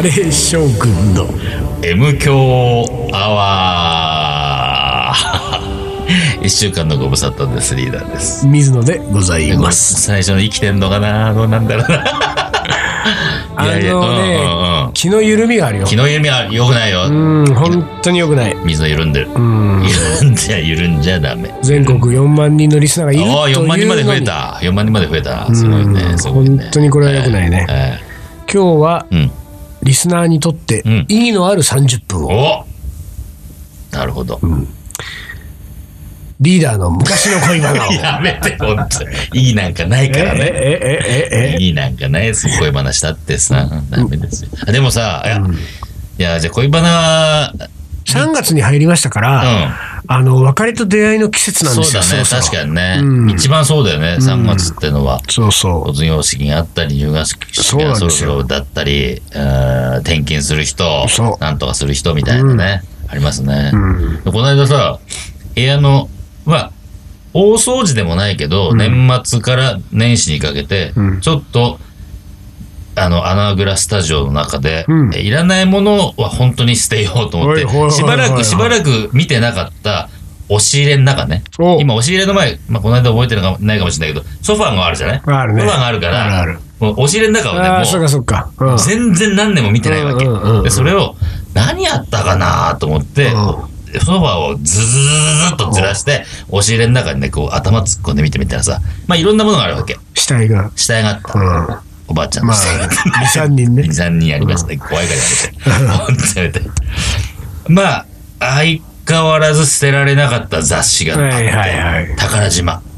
ナレーション軍の M 強アワー1週間のご無沙汰です。リーダーです。 水野でございます。 最初の生きてんのかな、どうなんだろうな気の緩みがあるよ。 気の緩みは良くないよ。 本当に良くない。 水野緩んでる。緩んじゃダメ。 全国4万人のリスナーがいるというのに。 4万人まで増えた。4万人まで増えた。すごいね。 本当にこれは良くないね。今日はリスナーにとって意義のある30分を。 なるほど。 リーダーの昔の恋バナをやめて、本当に意義なんかないからね。意義なんかないです。恋バナしたってさ、ダメですよ。でもさ、いやじゃあ恋バナ 3月に入りましたから、別れと出会いの季節なんですよ。 そうだね、確かにね。一番そうだよね、3月ってのは。 そうそう。 卒業式があったり、入学式がそろそろだったり、転勤する人、なんとかする人みたいなね、ありますね。この間さ、部屋の、大掃除でもないけど、年末から年始にかけて、ちょっと、穴蔵スタジオの中で、いらないものは本当に捨てようと思って、しばらく見てなかった押し入れの中ね。今、押し入れの前、この間覚えてないかもしれないけど、ソファーがあるじゃない？ あるね。 ソファーがあるから、もう押し入れの中はね、もう、全然何年も見てないわけ。で、それを、何やったかなと思って、ソファーをズズズズっとずらして、押し入れの中にね、こう頭突っ込んで見てみたらさ、いろんなものがあるわけ。死体があった。おばあちゃんの死体があった。2、3人ね。2、3人ありました。怖いからやめて。本当にやめて。相変わらず捨てられなかった雑誌があって、宝島って、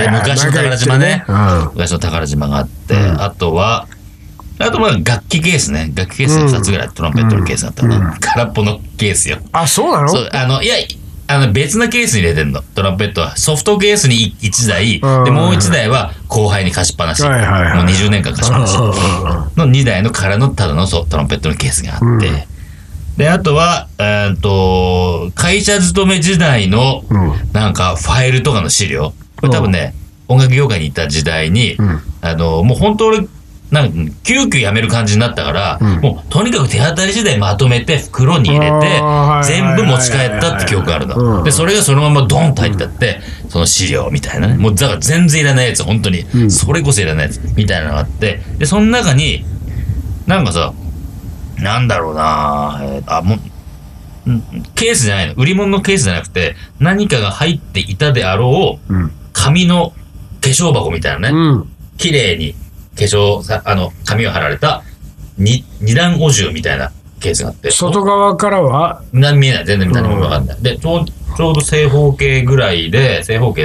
昔の宝島ね。昔の宝島があって、あとは楽器ケースね。楽器ケース2つぐらいトランペットのケースだったかな。空っぽのケースよ。あ、そうなの？そう、別なケースに入れてんの。トランペットは。ソフトケースに1台、で、もう1台は後輩に貸しっぱなし。もう20年間貸しっぱなし。の2台の空のただのトランペットのケースがあって。で、あとは、会社勤め時代の、なんか、ファイルとかの資料。これ多分ね、音楽業界にいた時代に、もう本当俺、急遽辞める感じになったから、もうとにかく手当たり次第まとめて袋に入れて、全部持ち帰ったって記憶があるの。で、それがそのままドンと入ってあって、その資料みたいなね。もうだから全然いらないやつ、本当に。それこそいらないやつ、みたいなのがあって、で、その中に、なんかさ、なんだろうなもう、ケースじゃないの。売り物のケースじゃなくて、何かが入っていたであろう、紙の化粧箱みたいなね。綺麗に。紙を貼られた二段お重みたいなケースがあって。外側からは見えない。全然何もわかんない。で、ちょうど正方形で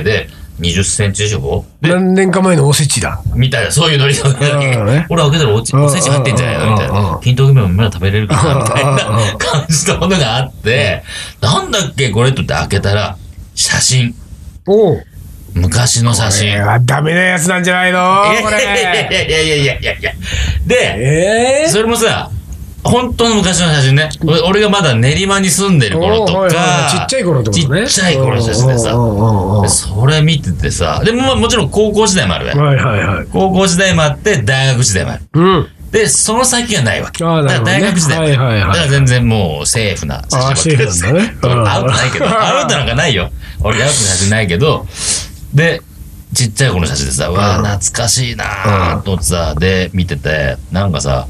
20センチ四方。何年か前のおせちだ。みたいな、そういうノリだ。俺開けたらおせち入ってんじゃないのみたいな。金時麺もまだ食べれるかなみたいな感じのものがあって、なんだっけこれって開けたら、写真。昔の写真。これはダメなやつなんじゃないのこれ。いや。で、それもさ、本当の昔の写真ね。俺がまだ練馬に住んでる頃とか、ちっちゃい頃ってことね。ちっちゃい頃の写真でさ、それ見ててさ、でももちろん高校時代もあるね。高校時代もあって、大学時代もある。で、その先はないわけ。だから大学時代もある。だから全然もうセーフな写真ばっかりです。アウトないけど、アウトなんかないよ。俺アウトの写真ないけど、で、ちっちゃい子の写真でさ、懐かしいなぁと思ってさ、で、見てて、なんかさ、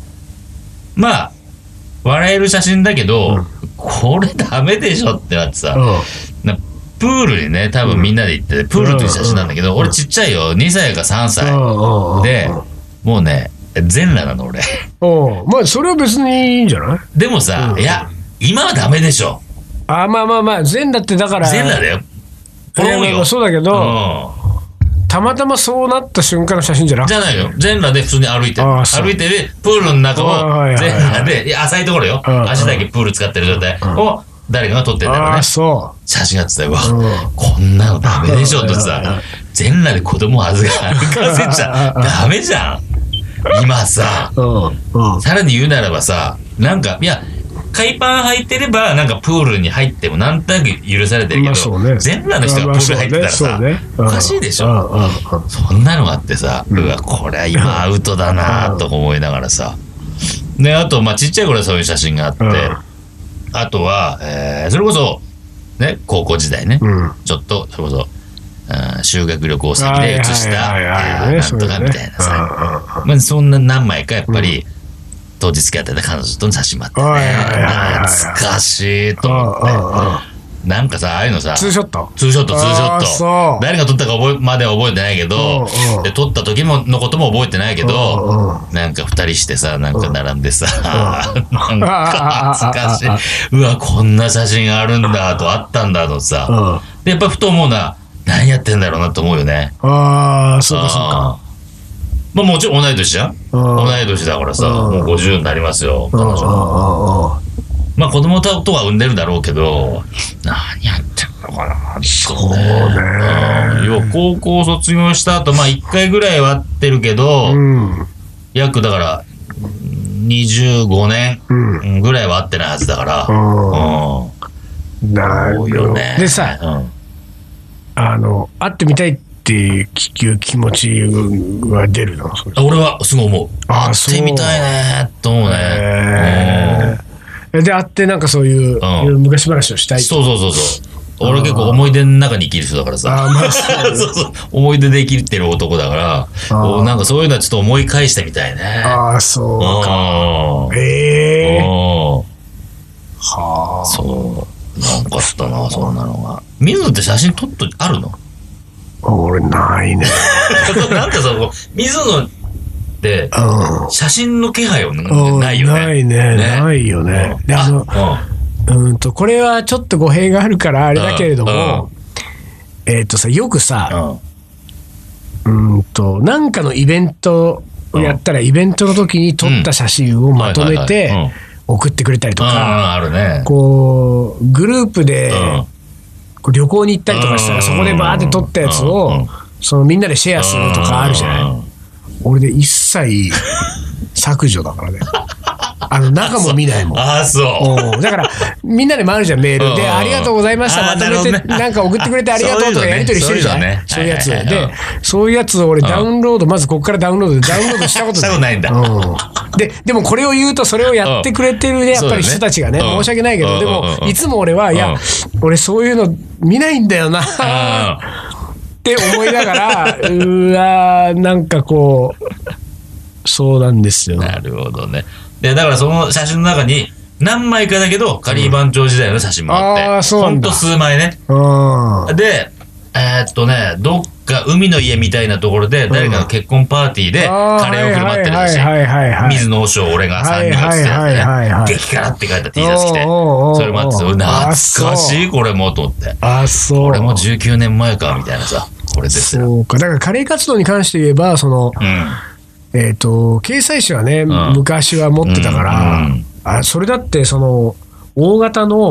笑える写真だけど、これダメでしょってなってさ、プールにね、多分みんなで行って、プールっていう写真なんだけど、俺ちっちゃいよ、2歳か3歳。で、もうね、全裸なの俺。それは別にいいんじゃない？でもさ、いや、今はダメでしょ。全裸ってだから。全裸だよ。そうだけど、たまたまそうなった瞬間の写真じゃなくて。じゃないよ。全裸で普通に歩いてる。歩いてる、プールの中を全裸で、浅いところよ。足だけプール使ってる状態を誰かが撮ってんだよね。写真があってたよ。こんなのダメでしょってさ、全裸で子供を歩かせちゃダメじゃん。今さ、さらに言うならばさ、なんか、いや、海パン履いてれば、なんかプールに入ってもなんとなく許されてるけど、全裸の人がプール入ってたらさ、おかしいでしょ。そんなのがあってさ、うわ、これは今アウトだなと思いながらさ、 で、あと、まあ、ちっちゃい頃はそういう写真があって、あとは、それこそ、ね、高校時代ね、ちょっと、それこそ、修学旅行先で写した、なんとかみたいなさ、まあ、そんな何枚かやっぱり、当時付き合ってた彼女との写真もあってね、懐かしいと思って。なんかさ、ああいうのさ、 ツーショット誰が撮ったかまでは覚えてないけど、で、撮った時のことも覚えてないけど、なんか二人してさ、なんか並んでさ、なんか懐かしい。うわ、こんな写真があるんだと、あったんだとさ。で、やっぱふと思うな、何やってんだろうなと思うよね。 ああ、そうかそうか。 まあもちろん同い年じゃん。同い年だからさ、もう50になりますよ、彼女。まあ子供とは産んでるだろうけど、何やってんのかな。 そうね。 要は高校卒業した後、まあ1回ぐらいは会ってるけど、約だから25年ぐらいは会ってないはずだから。 なるほど。でさ、会ってみたいっていう気持ちは出るの？ 俺はすごい思う。会ってみたいねと思うね。 で、会ってなんかそういう昔話をしたい。 そう。俺結構思い出の中に生きる人だからさ。そう思い出で生きてる男だから、なんかそういうのはちょっと思い返してみたいね。 ああ、そうか。はあ。 そう。なんかあったな、そんなのが。水野って写真撮っとあるの？ 俺ないね。 なんか水野って写真の気配はないよね。 ないね。ないよね。で、これはちょっと語弊があるからあれだけれども、さ、よくさ、なんかのイベントをやったら、イベントの時に撮った写真をまとめて送ってくれたりとか、こう、グループで旅行に行ったりとかしたら、そこでバーって撮ったやつを、みんなでシェアするとかあるじゃない。俺で一切削除だからね。中も見ないもん。 ああ、そう。 だから、みんなで回るじゃん、メールで。ありがとうございました。まとめて、なんか送ってくれてありがとうとかやり取りしてるじゃん。そういうやつ。で、そういうやつを俺ダウンロード、まずここからダウンロードしたことない。 したことないんだ。 でもこれを言うと、それをやってくれてるね、やっぱり人たちがね、申し訳ないけど、でも、いつも俺は、いや、俺そういうの見ないんだよな。って思いながら、なんかこう、そうなんですよ。 なるほどね。で、だからその写真の中に、何枚かだけど、仮番長時代の写真もあって、ほんと数枚ね。で、どっか海の家みたいなところで、誰かの結婚パーティーでカレーを振る舞ってる写真。水野和尚、俺が3人が写ってて、激辛って書いた T シャツ着て、それもあって、懐かしい、これも、と思って。これも19年前か、みたいなさ。これですよ。 そうか。だからカレー活動に関して言えば、掲載誌はね、昔は持ってたから、それだって、大型の、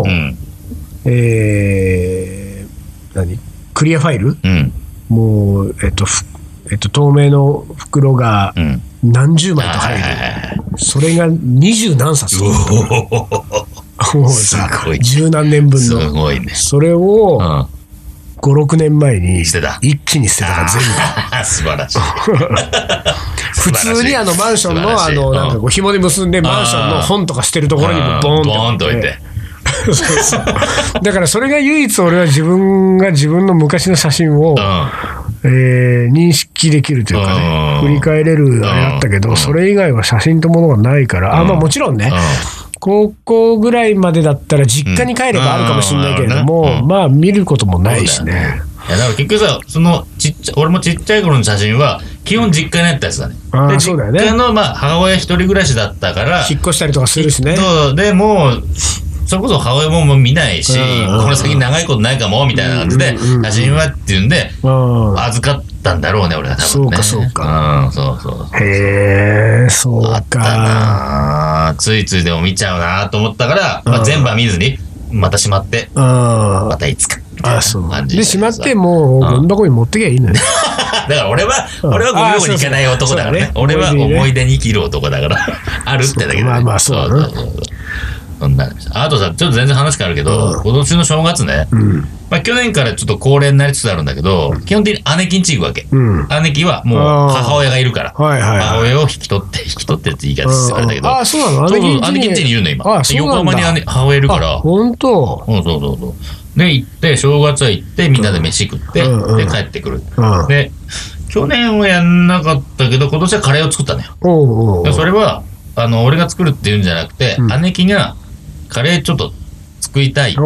クリアファイル、もう、透明の袋が何十枚と入る。それが20何冊。もうさ、十何年分の。 すごいね。 それを、5、6年前に一気に捨てたから全部。 素晴らしい。 普通にマンションのなんかこう紐で結んでマンションの本とか捨てるところにもボーンと置いて。だからそれが唯一俺は自分の昔の写真を認識できるというかね、振り返れるあれあったけど、それ以外は写真とものがないから、まあもちろんね、高校ぐらいまでだったら実家に帰ればあるかもしれないけれども、まあ見ることもないしね。 いやだから結局さ、俺もちっちゃい頃の写真は基本実家にあったやつだね。で、実家の母親一人暮らしだったから、 引っ越したりとかするしね。 でもそれこそ母親も見ないし、この先長いことないかもみたいな感じで、写真はっていうんで預かったんだろうね、俺は多分ね。 そうか。へえ、そうか。 あったな。ついついでも見ちゃうなと思ったから、全部は見ずにまたしまって、またいつか。 で、しまってもうゴミ箱に持ってきゃいいのよ。 だから俺はゴミ箱に行かない男だからね。俺は思い出に生きる男だから。あるってだけど。 まあそうだな。 あとさ、ちょっと全然話変わるけど、今年の正月ね、 まあ去年からちょっと高齢になりつつあるんだけど、基本的に姉貴んち行くわけ。姉貴はもう母親がいるから。母親を引き取ってって言い方してあれだけど。 あ、そうなの？ 姉貴んちにいるの今。横浜に母親いるから。 本当？ そう。で、行って、正月は行って、みんなで飯食って、で、帰ってくる。で、去年はやんなかったけど、今年はカレーを作ったのよ。それは、俺が作るっていうんじゃなくて、姉貴がカレーちょっと作りたいって、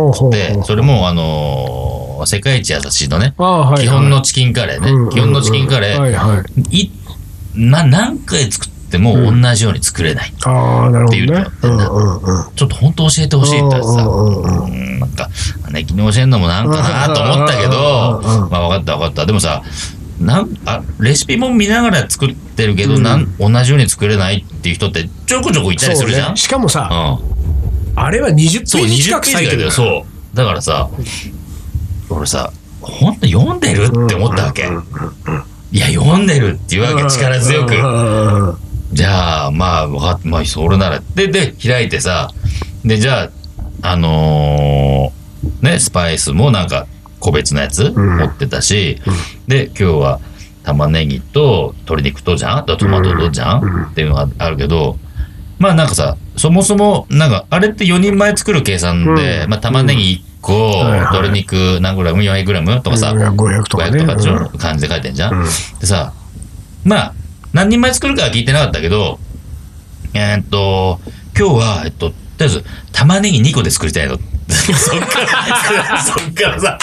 それも、世界一優しいのね、基本のチキンカレーね。基本のチキンカレー、何回作っても同じように作れないって言って、ちょっと本当教えてほしいって言ってさ、なんか、姉貴に教えるのもなんかなと思ったけど、まあ分かった。でもさ、レシピも見ながら作ってるけど、同じように作れないっていう人ってちょこちょこいたりするじゃん。 しかもさ、あれは20ページ近く書いてるよ。 そう。だからさ、俺さ、ほんと読んでるって思ったわけ。いや、読んでるっていうわけ、力強く。じゃあ、まあ、それなら。で、開いてさ、で、じゃあ、ね、スパイスもなんか、個別のやつ持ってたし、で、今日は玉ねぎと鶏肉とじゃん？あとトマトとじゃん？っていうのがあるけど、まあなんかさ、そもそも、なんか、あれって4人前作る計算で、まあ玉ねぎ1個、鶏肉何グラム？ 400 グラムとかさ、 500とかね。 500とかって感じで書いてんじゃん？でさ、まあ、何人前作るかは聞いてなかったけど、今日は、とりあえず、玉ねぎ2個で作りたいの。そっからさ、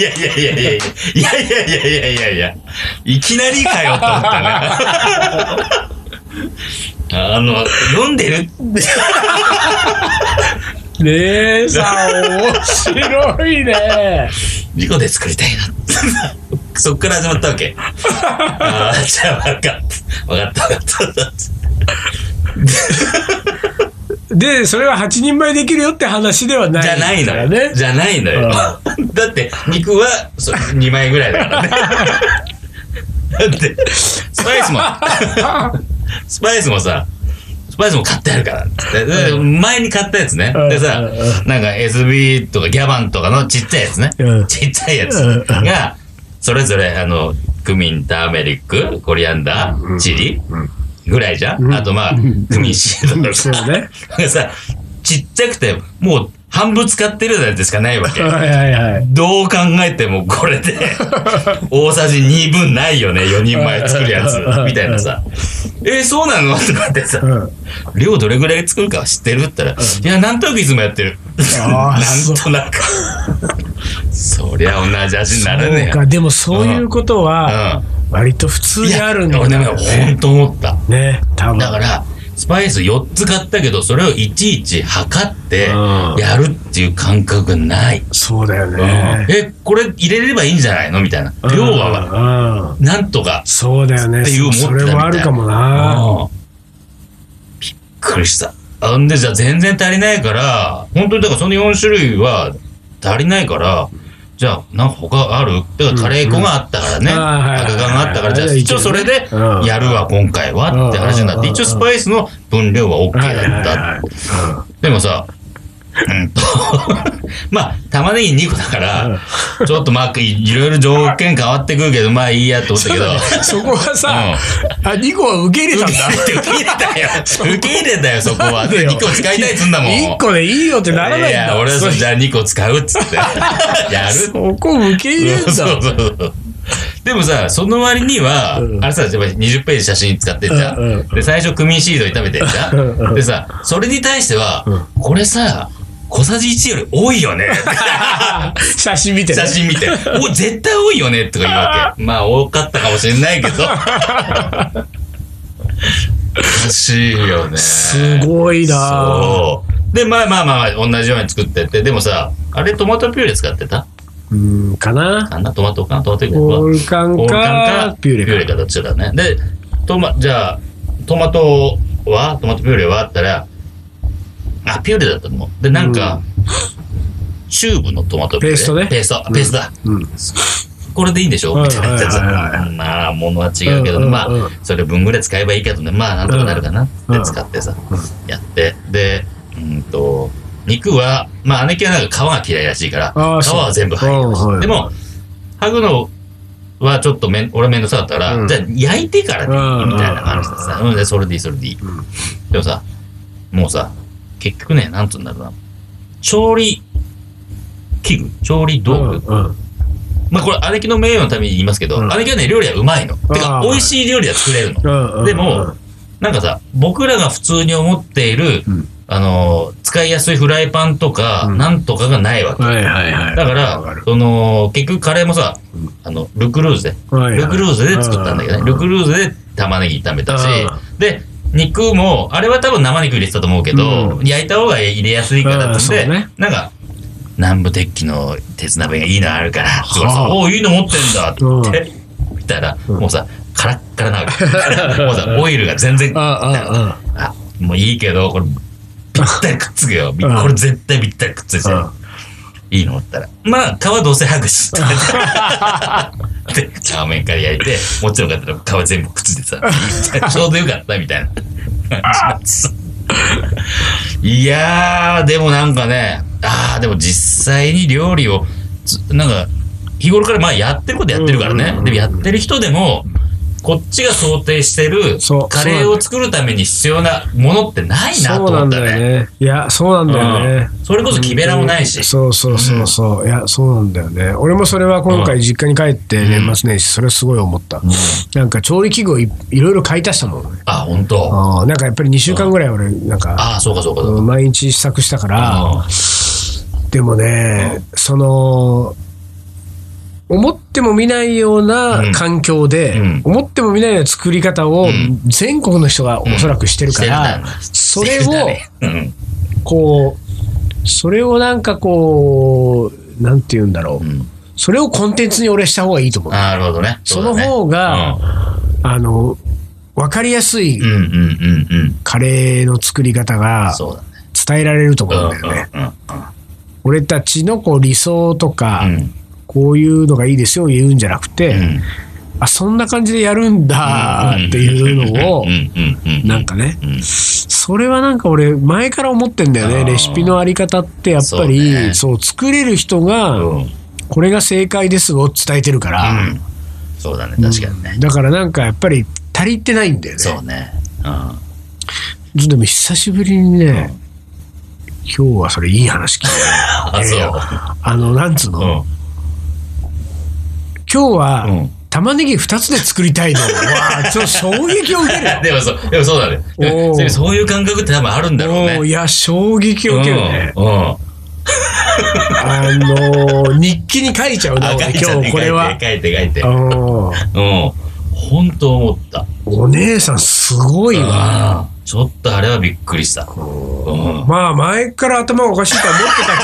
いや、いきなりかよと思ったね。読んでるねえさ、面白いね。 2個で作りたいな。そっから始まったわけ。じゃあ分かった。 で、それは8人前できるよって話ではない。 じゃないのよ。だって、肉は2枚ぐらいだからね。だって、スパイスも買ってあるから。前に買ったやつね。でさ、なんか SB とかギャバンとかのちっちゃいやつね。ちっちゃいやつが、それぞれ、クミン、ターメリック、コリアンダー、チリぐらいじゃん。あとまあ、クミンシードとか。そうね。さ、ちっちゃくて、もう半分使ってるやつしかないわけ。どう考えてもこれで、大さじ2分ないよね、4人前作るやつ。みたいなさ。そうなのとかってさ、量どれぐらい作るかは知ってるって言ったら、いや、なんとなくいつもやってる。なんとなく。そりゃ同じ味になるね。 そうか、でもそういうことは、割と普通にあるんだよね。 俺ね、ほんと思った。 ね、多分。 だから、スパイス4つ買ったけど、それをいちいち測ってやるっていう感覚がない。 そうだよね。 これ入れればいいんじゃないのみたいな。量は、なんとか。 そうだよね。 っていう思ってたみたいな。 それもあるかもな。 びっくりした。で、じゃあ全然足りないから、本当にだからその4種類は足りないから、じゃあ、なんか他ある？だからカレー粉があったからね。赤缶があったから、じゃあ一応それでやるわ、今回はって話になって、一応スパイスの分量は OK だった。でもさ、まあ、玉ねぎ2個だから、ちょっとまあ、いろいろ条件変わってくるけど、まあいいやと思ったけど。 そこはさ、2個は受け入れたんだ。 受け入れたよ、そこは。2個使いたいっつんだもん。 1個でいいよってならないんだ。いや、 俺はじゃあ2個使うっつって。やる。 そこ受け入れるんだ。 そう。でもさ、その割には、あれさ、20ページ写真使ってんじゃん。で、最初クミンシード炒めてんじゃん。でさ、それに対しては、これさ、小さじ1より多いよね。 写真見て。 絶対多いよねとか言うわけ。まあ、多かったかもしれないけど。おかしいよね。 すごいな。 そう。で、まあ、同じように作ってって。でもさ、あれトマトピューレ使ってた？ かなトマトかなトマトピューレオール缶かピューレかどっちだね。で、じゃあ、トマトピューレはあったら、ピューレだったの。で、なんか、チューブのトマトピューレ。ペーストだ。これでいいんでしょみたいなやつ。まあ、ものは違うけど、まあ、それ分ぐらい使えばいいけどね、まあ、なんとかなるかなって使ってさ、やって。で、 肉は、まあ姉貴はなんか皮が嫌いらしいから、皮は全部剥いでほしい。でも、剥ぐのはちょっと俺めんどくさかったから、じゃあ焼いてからでいいみたいな感じでさ、でそれでいい、それでいい。でもさ、もうさ、結局ね、なんつうんだろうな、調理器具、調理道具。まあこれ姉貴の名誉のために言いますけど、姉貴はね、料理はうまいの。てか、美味しい料理は作れるの。でも、なんかさ、僕らが普通に思っている、使いやすいフライパンとか、なんとかがないわけ。だから、結局カレーもさ、ルクルーズで作ったんだけどね。ルクルーズで玉ねぎ炒めたし、で、肉も、あれは多分生肉入れてたと思うけど、焼いた方が入れやすいからってんで、なんか、南部鉄器の鉄鍋がいいのあるから、おお、いいの持ってんだって言って、見たら、もうさ、カラッカラなわけ。もうさ、オイルが全然、もういいけど、これ、ぴったりくっつくよ。これ絶対ぴったりくっついてる。いいの思ったら。まあ、皮どうせ剥ぐし。で、皮面から焼いて、もちろんかったら皮全部くっついてさ、ちょうどよかったみたいな感じなんです。いやー、でもなんかね、でも実際に料理を、なんか、日頃からまあやってることやってるからね。でもやってる人でも、こっちが想定してるカレーを作るために必要なものってないなと思ったね。 いや、そうなんだよね。 それこそ木べらもないし。 そう。いや、そうなんだよね。俺もそれは今回実家に帰って年末年始、それすごい思った。なんか調理器具をいろいろ買い足したもんね。 本当。 なんかやっぱり2週間ぐらい俺、なんか、 そうか。 毎日試作したから、でもね、思っても見ないような環境で、思っても見ないような作り方を全国の人がおそらくしてるから、それを、それをなんかなんて言うんだろう。それをコンテンツに俺した方がいいと思う。 なるほどね。 その方が、わかりやすいカレーの作り方が伝えられると思うんだよね。俺たちの理想とか、こういうのがいいですよ言うんじゃなくて、そんな感じでやるんだっていうのを、なんかね、それはなんか俺前から思ってんだよね。レシピのあり方ってやっぱり、作れる人が、これが正解ですを伝えてるから。 そうだね、確かにね。 だからなんかやっぱり足りてないんだよね。 そうね。 でも久しぶりにね、今日はそれいい話聞いた。なんつうの、今日は玉ねぎ2つで作りたいの。ちょっと衝撃を受ける。 でもそうだね。そういう感覚って多分あるんだろうね。 いや、衝撃を受けるね。日記に書いちゃうな、今日これは。 書いて。本当思った。 お姉さんすごいわ。 ちょっとあれはびっくりした。 まあ前から頭おかしいとは思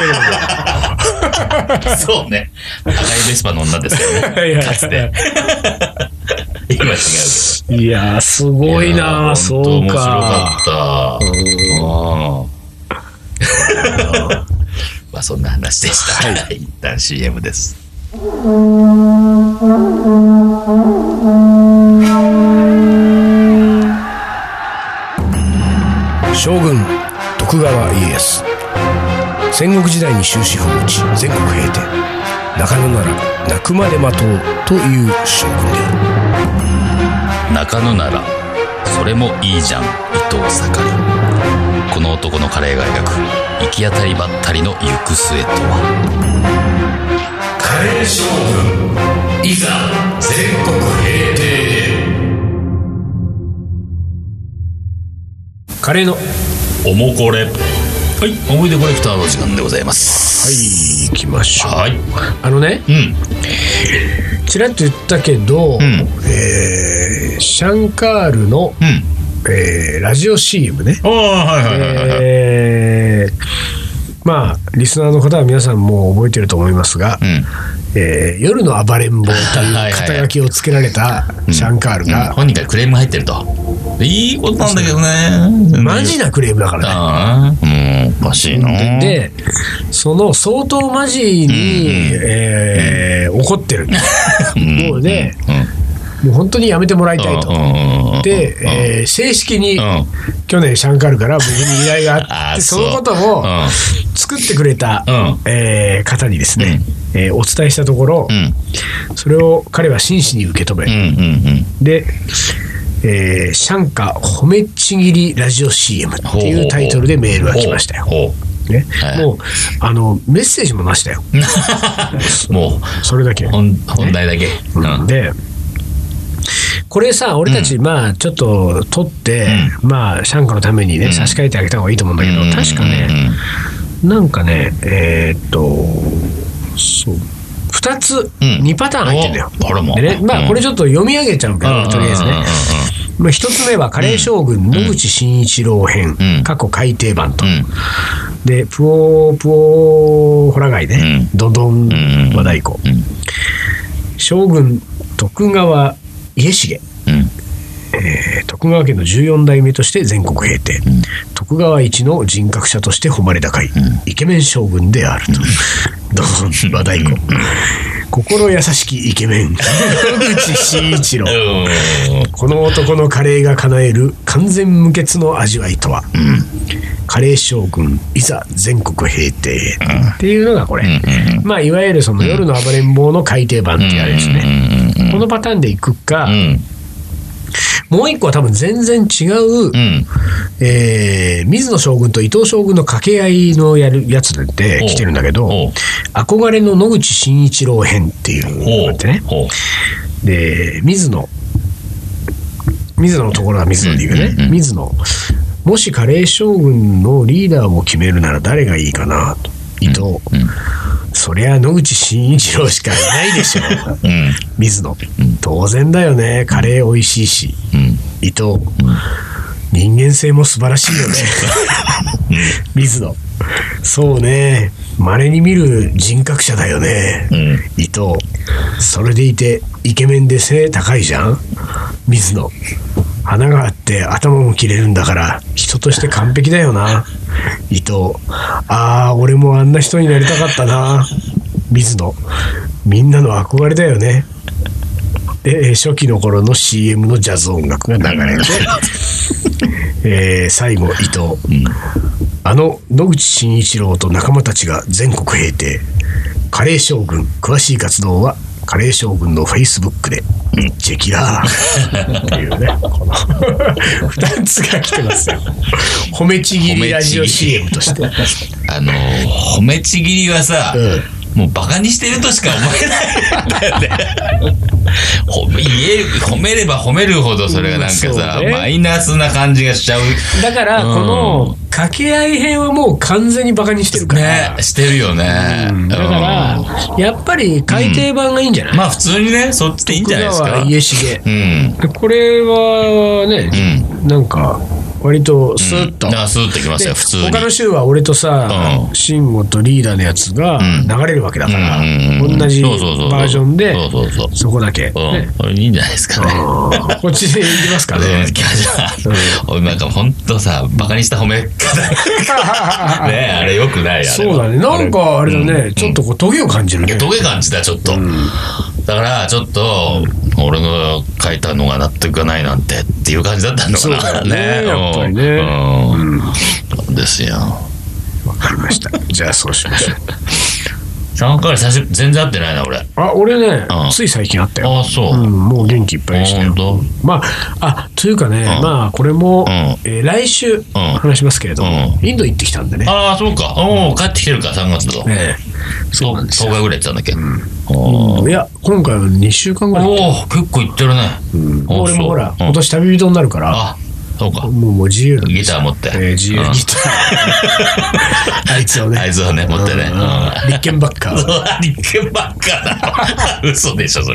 ってたけれども。 そうね。赤いベスパの女ですよね。かつて。今違うけど。いやー、すごいなー、そうか。 面白かった。まあそんな話でした。一旦 CM です。 将軍徳川家康、戦国時代に終止符を打ち全国平定、中野なら泣くまで待とうという将軍である。中野ならそれもいいじゃん、伊藤盛り。この男のカレーが描く行き当たりばったりの行く末とは。カレー将軍いざ全国平定。 カレーのおもこれ。はい、思い出コレクターの時間でございます。 はい、行きましょう。 はい。 ちらっと言ったけど、シャンカールの、ラジオ CM ね。まあリスナーの方は皆さんもう覚えてると思いますが、夜の暴れん坊という肩書きをつけられたシャンカールが、 本人からクレーム入ってると。いいことなんだけどね。 マジなクレームだからね。おかしいな。 で、その相当マジに怒ってる。もうね、もう本当にやめてもらいたいと。 で、正式に去年シャンカールから僕に依頼があってそのことを作ってくれた方にですねお伝えしたところ、それを彼は真摯に受け止め、でシャンカ褒めちぎりラジオ CM っていうタイトルでメールが来ましたよ。ね、もうメッセージもなしだよもうそれだけ本題だけ、 でこれさ俺たちまあちょっと撮って、まあシャンカのためにね差し替えてあげた方がいいと思うんだけど、確かねなんかねそう2つ、2パターン入ってんだよ。でね、まあこれちょっと読み上げちゃうけど、とりあえずね、まあ、1つ目はカレー将軍野口真一郎編、過去改訂版と、でプオープオーホラガイね、ドドン和太鼓、将軍徳川家重、徳川家の14代目として全国平定、徳川一の人格者として誉れ高い、イケメン将軍であると、ドドン和太鼓、心優しきイケメン野口真一郎、この男のカレーが叶える完全無欠の味わいとは、カレー将軍いざ全国平定、っていうのがこれ、まあいわゆるその夜の暴れん坊の改訂版ってやるですね、このパターンでいくか、もう一個は多分全然違う、水野将軍と伊藤将軍の掛け合いのやるやつで来てるんだけど、憧れの野口真一郎編っていうのがあってね、で水野のところは水野で言うね、水野、もしカレー将軍のリーダーを決めるなら誰がいいかなと。伊藤、そりゃ野口真一郎しかいないでしょ水野、当然だよね、カレー美味しいし、伊藤、人間性も素晴らしいよね水野、そうね、稀に見る人格者だよね、伊藤、それでいてイケメンで背高いじゃん水野、花があって頭も切れるんだから人として完璧だよな伊藤、ああ俺もあんな人になりたかったな水野、みんなの憧れだよね。で初期の頃の CM のジャズ音楽が流れて最後伊藤、野口真一郎と仲間たちが全国平定、カレー将軍詳しい活動はカレー将軍のフェイスブックでチェキラーっていうねこの2つが来てますよ。褒めちぎりラジオ CM として褒めちぎりはさ、もうバカにしてるとしか思えないんだよね褒めれば褒めるほどそれがなんかさ、マイナスな感じがしちゃう。 だからこの掛け合い編はもう完全にバカにしてるからね、してるよね、 だからやっぱり改訂版がいいんじゃない、 まあ普通にね、そっちでいいんじゃないですか。 徳川家重、これはね、なんか割とスーッと、 スーッときますよ普通に。 他の週は俺とさ、慎吾とリーダーのやつが流れるわけだから、同じバージョンでそこだけ、 いいんじゃないですかねこっちでいきますかね。 俺なんか本当さ、バカにした褒め方ね、あれよくない。 そうだね、なんかあれだね、ちょっとこうトゲを感じるね。 トゲ感じたちょっと、だからちょっと俺が書いたのが納得がないなんてっていう感じだったのかな。 そうだね、やっぱりね。 ですよ。 わかりました。じゃあそうしましょう。 3回全然会ってないな俺。 俺ね、つい最近会ったよ。 そう。 もう元気いっぱいでしたよ。まあというかね、まあこれも来週話しますけれども、インド行ってきたんでね。 そうか。帰ってきてるか3月だと。 そうなんですよ。 10日ぐらいやってたんだっけ。 いや今回は2週間ぐらい。 結構行ってるね。 俺もほら今年旅人になるから。 そうか。 もう自由ギター持って。 自由ギター。あいつをね持ってね。 立憲ばっか。 立憲ばっかだ。嘘でしょそ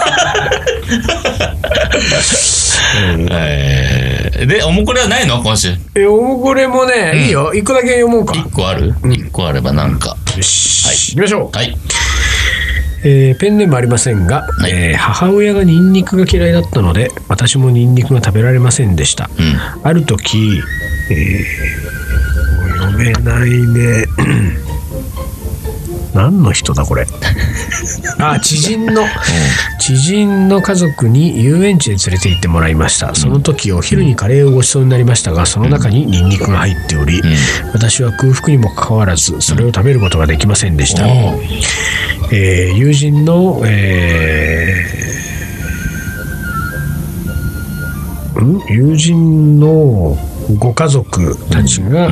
れ。でおもこれはないの今週。 おもこれもね、いいよ、1個だけ読もうか。 1個ある？1個あればなんか。 よし、行きましょう。 はい。 ペンネームありませんが、母親がニンニクが嫌いだったので私もニンニクが食べられませんでした、ある時、読めないね何の人だこれ。知人の家族に遊園地へ連れて行ってもらいました。その時お昼にカレーをごちそうになりましたが、その中にニンニクが入っており、私は空腹にもかかわらずそれを食べることができませんでした。友人の、友人のご家族たちが、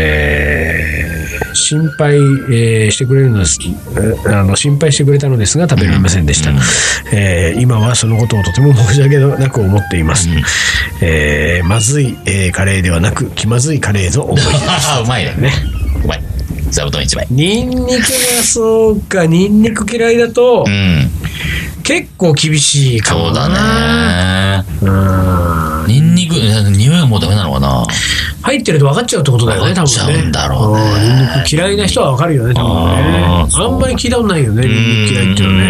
心配してくれるのです。心配してくれたのですが食べられませんでした。今はそのことをとても申し訳なく思っています。まずい、カレーではなく気まずいカレーの思い出でした。 うまいね。うまい。座布団一枚。 ニンニクがそうか、ニンニク嫌いだと、結構厳しいかもな。 そうだね。ニンニク匂いがもうダメなのかな。 入ってると分かっちゃうってことだよね、多分ね。分かっちゃうんだろうね。ニンニク嫌いな人は分かるよね、多分ね。あんまり聞いたことないよね、ニンニク嫌いっていうの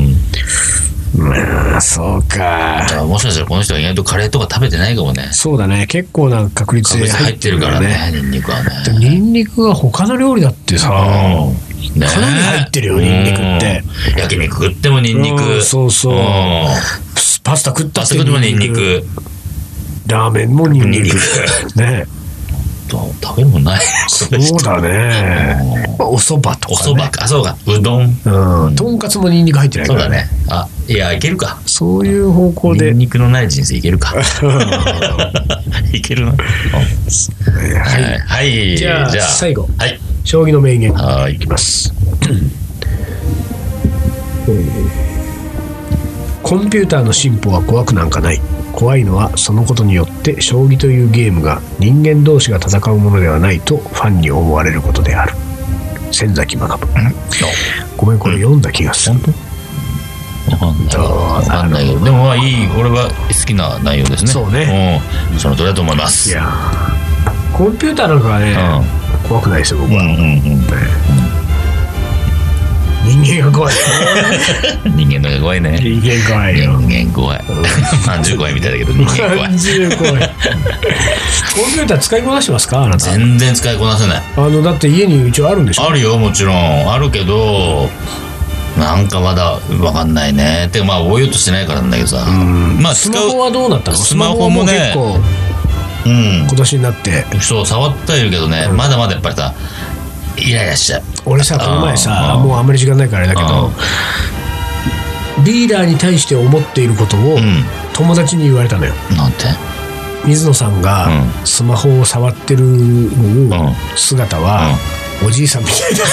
ね。そうか。 もしかしたらこの人は意外とカレーとか食べてないかもね。 そうだね、結構な確率で入ってるからね、ニンニクはね。 ニンニクが他の料理だってさ、かなり入ってるよ、ニンニクって。 焼肉食ってもニンニク。 そうそう。パスタ食ったってもニンニク。 ラーメンもニンニク。ね。 食べるもんない。 そうだね。お蕎麦とか。 お蕎麦か、そうか。うどん。 とんかつもニンニク入ってないから。 そうだね。いや、いけるか。 そういう方向で。 ニンニクのない人生いけるか。いけるな。はい。 じゃあ、最後。 はい。 将棋の名言いきます。コンピューターの進歩は怖くなんかない。怖いのはそのことによって将棋というゲームが人間同士が戦うものではないとファンに思われることである。千崎学。ごめん、これ読んだ気がする。 わかんないけど、でもまあいい、俺は好きな内容ですね。 そうね。 その通りだと思います。 いや、コンピューターなんかはね、怖くないですよ、僕は。人間が怖い。 人間のが怖いね。 人間怖いよ。 人間怖い。30怖いみたいだけど人間怖い。 30怖い。コンピューター使いこなしてますか、あなた。 全然使いこなせない。 だって家に一応あるんでしょ。 あるよ、もちろんあるけど、なんかまだ分かんないね。ってまあ覚えようとしてないからなんだけどさ。まあスマホはどうなったの？ スマホもね、 結構今年になって。 そう触ってはいるけどね、まだまだやっぱりさ。イライラしちゃう。 俺さ、この前さ、もうあんまり時間ないからあれだけど、リーダーに対して思っていることを友達に言われたのよ。 なんて？ 水野さんがスマホを触ってる姿はおじいさんみたいだ。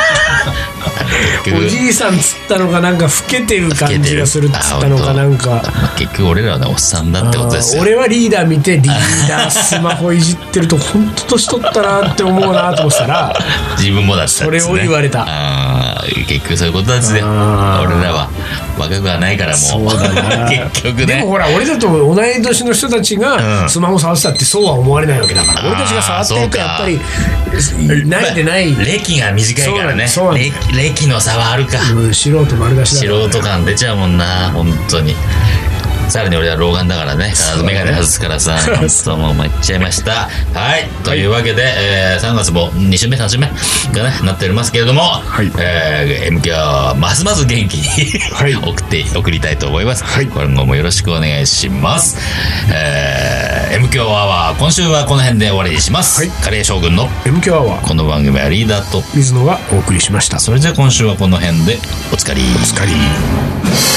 おじいさんつったのか、なんか老けてる感じがするっつったのか、なんか結局俺らはねおっさんだってことですよ。 俺はリーダー見て、リーダースマホいじってると本当年取ったなって思うなと思ってたら、 自分もだったんですね。 それを言われた。 結局そういうことですね。俺らは若くはないからもう結局ね。 でもほら、俺だと同い年の人たちがスマホ触ってたってそうは思われないわけだから、俺たちが触ってるとやっぱり慣れてない。 歴が短いからね。歴の差はあるか。 素人丸出しだから。 素人感出ちゃうもんな、本当に。さらに俺は老眼だからね、必ず眼鏡外すからさ、本当もう参っちゃいました。はい、というわけで、3月も2週目3週目がねなっておりますけれども、M 響ますます元気に送りたいと思います。今後もよろしくお願いします。M 響アワー、今週はこの辺で終わりにします。カレー将軍の M 響アワー、 この番組はリーダーと水野がお送りしました。 それじゃあ今週はこの辺でおつかり。 おつかり。